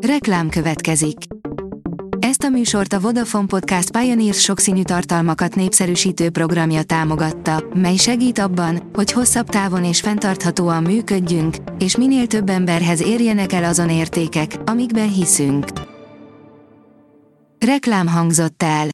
Reklám következik. Ezt a műsort a Vodafone Podcast Pioneers sokszínű tartalmakat népszerűsítő programja támogatta, mely segít abban, hogy hosszabb távon és fenntarthatóan működjünk, és minél több emberhez érjenek el azon értékek, amikben hiszünk. Reklám hangzott el.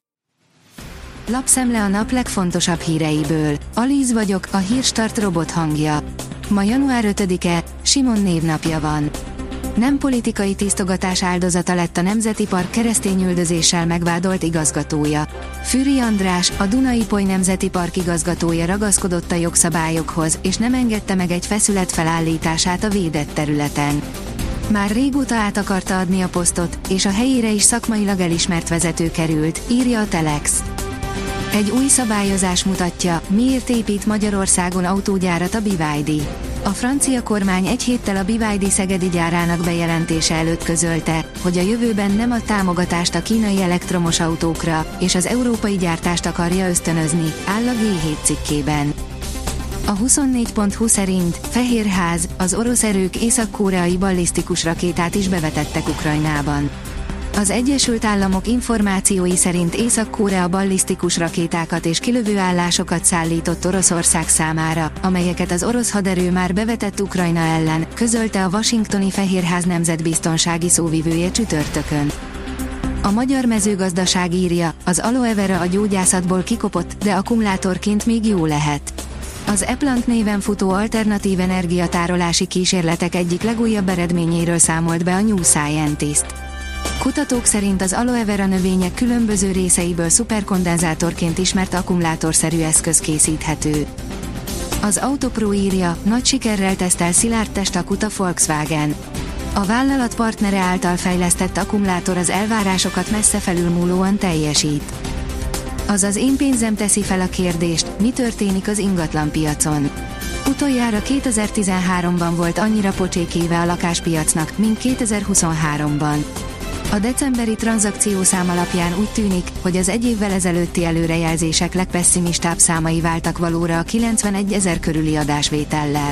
Lapszemle a nap legfontosabb híreiből. Alíz vagyok, a Hírstart robot hangja. Ma január 5-e, Simon névnapja van. Nem politikai tisztogatás áldozata lett a Nemzeti Park keresztényüldözéssel megvádolt igazgatója. Füryi András, a Duna-Ipoly Nemzeti Park igazgatója ragaszkodott a jogszabályokhoz, és nem engedte meg egy feszület felállítását a védett területen. Már régóta át akarta adni a posztot, és a helyére is szakmailag elismert vezető került, írja a Telex. Egy új szabályozás mutatja, miért épít Magyarországon autógyárat a BYD. A francia kormány egy héttel a BYD szegedi gyárának bejelentése előtt közölte, hogy a jövőben nem ad támogatást a kínai elektromos autókra, és az európai gyártást akarja ösztönözni, áll a G7 cikkében. A 24.20 szerint Fehérház, az orosz erők észak-koreai ballisztikus rakétát is bevetettek Ukrajnában. Az Egyesült Államok információi szerint Észak-Korea ballisztikus rakétákat és kilövőállásokat szállított Oroszország számára, amelyeket az orosz haderő már bevetett Ukrajna ellen, közölte a washingtoni Fehérház nemzetbiztonsági szóvivője csütörtökön. A magyar mezőgazdaság írja, az aloe vera a gyógyászatból kikopott, de akkumulátorként még jó lehet. Az E-Plant néven futó alternatív energiatárolási kísérletek egyik legújabb eredményéről számolt be a New Scientist. Kutatók szerint az aloe vera növények különböző részeiből szuperkondenzátorként ismert akkumulátorszerű eszköz készíthető. Az Autopro írja, nagy sikerrel tesztel szilárd testakut a Volkswagen. A vállalat partnere által fejlesztett akkumulátor az elvárásokat messze felülmúlóan teljesít. Azaz én pénzem teszi fel a kérdést, mi történik az ingatlanpiacon. Utoljára 2013-ban volt annyira pocsék éve a lakáspiacnak, mint 2023-ban. A decemberi tranzakciószám alapján úgy tűnik, hogy az egy évvel ezelőtti előrejelzések legpesszimistább számai váltak valóra a 91 000 körüli adásvétellel.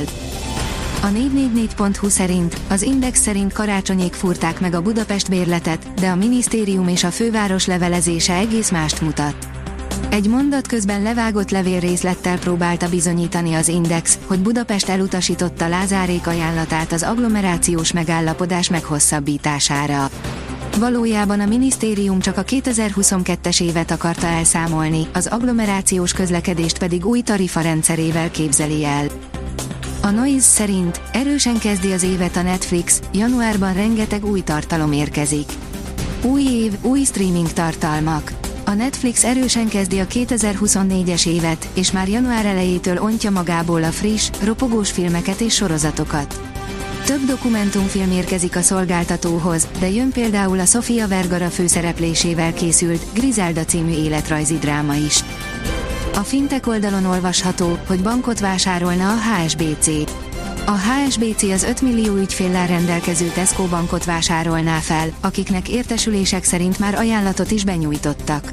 A 444.hu szerint, az Index szerint karácsonyék fúrták meg a Budapest bérletet, de a minisztérium és a főváros levelezése egész mást mutat. Egy mondat közben levágott levélrészlettel próbálta bizonyítani az Index, hogy Budapest elutasította Lázárék ajánlatát az agglomerációs megállapodás meghosszabbítására. Valójában a minisztérium csak a 2022-es évet akarta elszámolni, az agglomerációs közlekedést pedig új tarifarendszerével képzeli el. A Noise szerint erősen kezdi az évet a Netflix, januárban rengeteg új tartalom érkezik. Új év, új streaming tartalmak. A Netflix erősen kezdi a 2024-es évet, és már január elejétől ontja magából a friss, ropogós filmeket és sorozatokat. Több dokumentumfilm érkezik a szolgáltatóhoz, de jön például a Sofia Vergara főszereplésével készült Griselda című életrajzi dráma is. A Fintech oldalon olvasható, hogy bankot vásárolna a HSBC. A HSBC az 5 millió ügyféllel rendelkező Tesco bankot vásárolná fel, akiknek értesülések szerint már ajánlatot is benyújtottak.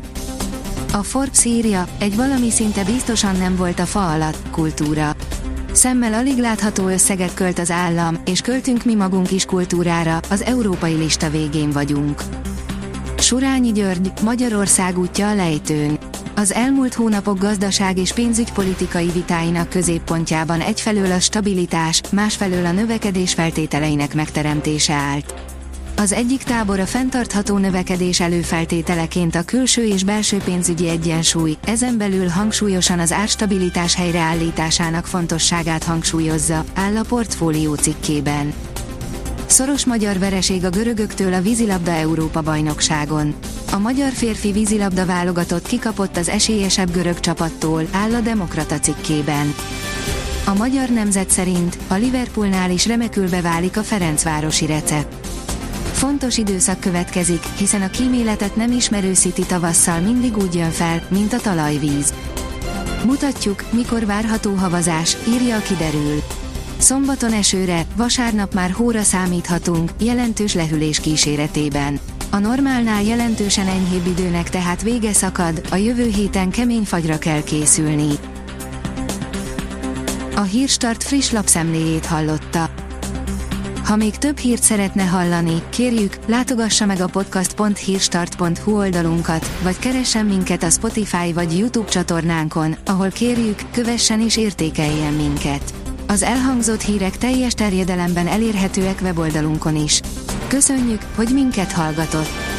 A Forbes írja, egy valami szinte biztosan nem volt a fa alatt, kultúra. Szemmel alig látható összeget költ az állam, és költünk mi magunk is kultúrára, az európai lista végén vagyunk. Surányi György, Magyarország útja a lejtőn. Az elmúlt hónapok gazdaság és pénzügypolitikai vitáinak középpontjában egyfelől a stabilitás, másfelől a növekedés feltételeinek megteremtése állt. Az egyik tábor a fenntartható növekedés előfeltételeként a külső és belső pénzügyi egyensúly, ezen belül hangsúlyosan az árstabilitás helyreállításának fontosságát hangsúlyozza, áll a Portfólió cikkében. Szoros magyar vereség a görögöktől a vízilabda Európa-bajnokságon. A magyar férfi vízilabda válogatott kikapott az esélyesebb görög csapattól, áll a Demokrata cikkében. A Magyar Nemzet szerint a Liverpoolnál is remekül beválik a ferencvárosi recept. Fontos időszak következik, hiszen a kíméletet nem ismerő City tavasszal mindig úgy jön fel, mint a talajvíz. Mutatjuk, mikor várható havazás, írja a Kiderül. Szombaton esőre, vasárnap már hóra számíthatunk, jelentős lehűlés kíséretében. A normálnál jelentősen enyhébb időnek tehát vége szakad, a jövő héten kemény fagyra kell készülni. A Hírstart friss lapszemléjét hallotta. Ha még több hírt szeretne hallani, kérjük, látogassa meg a podcast.hírstart.hu oldalunkat, vagy keressen minket a Spotify vagy YouTube csatornánkon, ahol kérjük, kövessen és értékeljen minket. Az elhangzott hírek teljes terjedelemben elérhetőek weboldalunkon is. Köszönjük, hogy minket hallgatott!